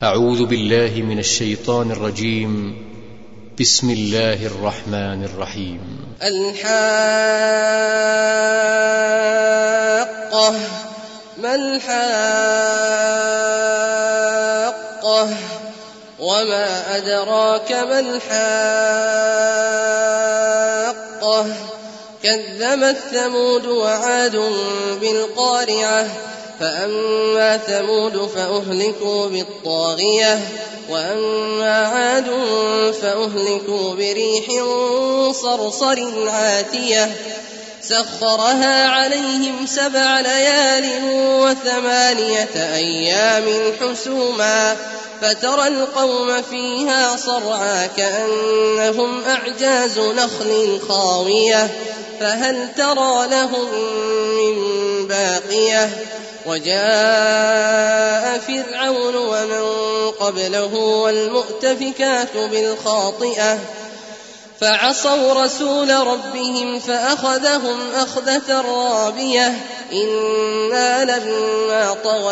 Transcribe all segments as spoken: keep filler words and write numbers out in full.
أعوذ بالله من الشيطان الرجيم. بسم الله الرحمن الرحيم. الحاقة. ما الحاقة؟ وما أدراك ما الحاقة؟ كذبت ثمود وعاد بالقارعة. فأما ثمود فأهلكوا بالطاغية، وأما عاد فأهلكوا بريح صرصر عاتية سخرها عليهم سبع ليال وثمانية أيام حسوما، فترى القوم فيها صرعى كأنهم أعجاز نخل خاوية، فهل ترى لهم من باقية؟ وجاء فرعون ومن قبله والمؤتفكات بالخاطئة فعصوا رسول ربهم فأخذهم أخذة رابية. إنا لما طغى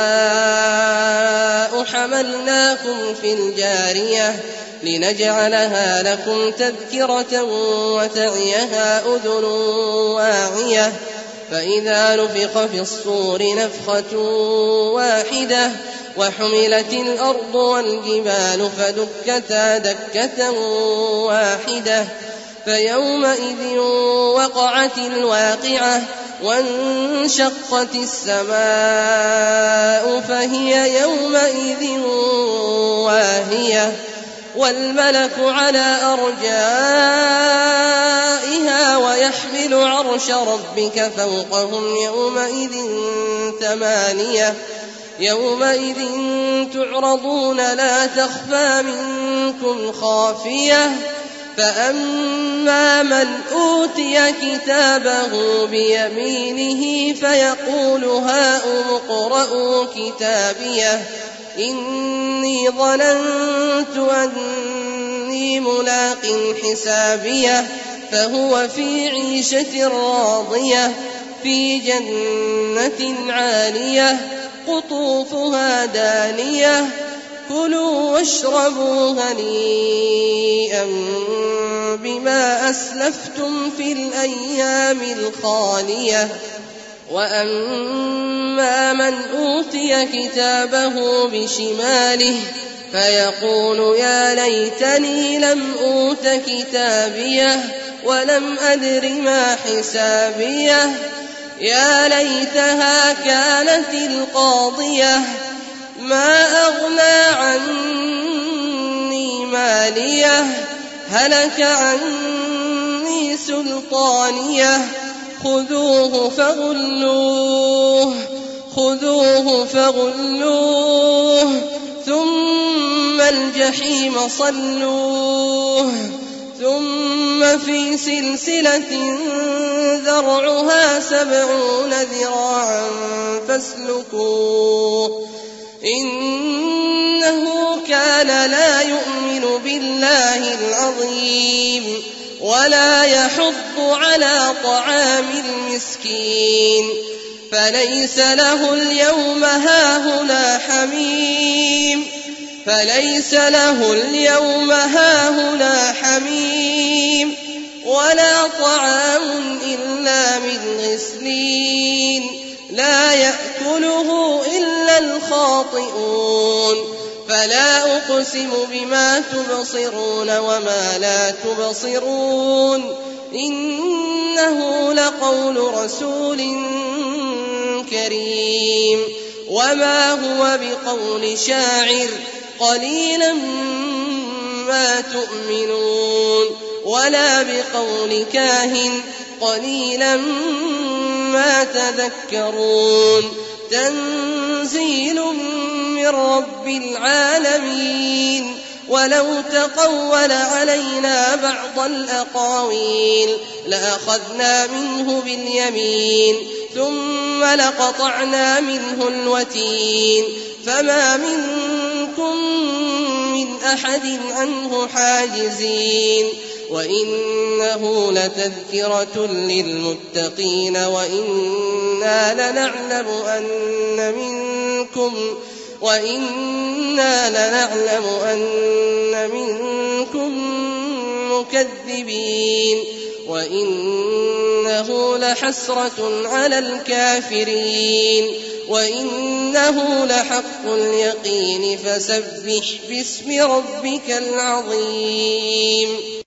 الماء حملناكم في الجارية لنجعلها لكم تذكرة وتعيها أذن واعية. فإذا نفخ في الصور نفخة واحدة وحملت الأرض والجبال فدكتا دكة واحدة فيومئذ وقعت الواقعة وانشقت السماء فهي يومئذ واهية والملك على أرجائها ويحمل عرش ربك فوقهم يومئذ ثمانية يومئذ تعرضون لا تخفى منكم خافية. فأما من أوتي كتابه بيمينه فيقول هاؤم اقرءوا كتابيه إني ظننت أني ملاق حسابيه فهو في عيشة راضية في جنة عالية قطوفها دانية كلوا واشربوا هنيئا بما أسلفتم في الأيام الخالية. وأما من أوتي كتابه بشماله فيقول يا ليتني لم أوت كتابيه ولم أدر ما حسابيه يا ليتها كانت القاضية ما أغنى عني ماليه هلك عني سلطانيه خذوه فغلوه خذوه فغلوه ثم الجحيم صلوه ثم في سلسلة ذرعها سبعون ذراعا فاسلكوه إنه كان لا يؤمن بالله العظيم ولا يحض على طعام المسكين فليس له اليوم هاهنا حميم فليس له اليوم هاهنا حميم ولا طعام إلا من غسلين لا يأكله إلا الخاطئون. فلا أقسم بما تبصرون وما لا تبصرون إنه لقول رسول كريم وما هو بقول شاعر قليلا ما تؤمنون ولا بقول كاهن قليلا ما تذكرون تنزيل من رب العالمين. ولو تقول علينا بعض الأقاويل لأخذنا منه باليمين ثم لقطعنا منه الوتين فما منكم من أحد عنه حاجزين. وإنه لتذكرة للمتقين وإنا لنعلم أن منكم وإنا لنعلم أن منكم مكذبين وإنه لحسرة على الكافرين وإنه لحق اليقين فسبح باسم ربك العظيم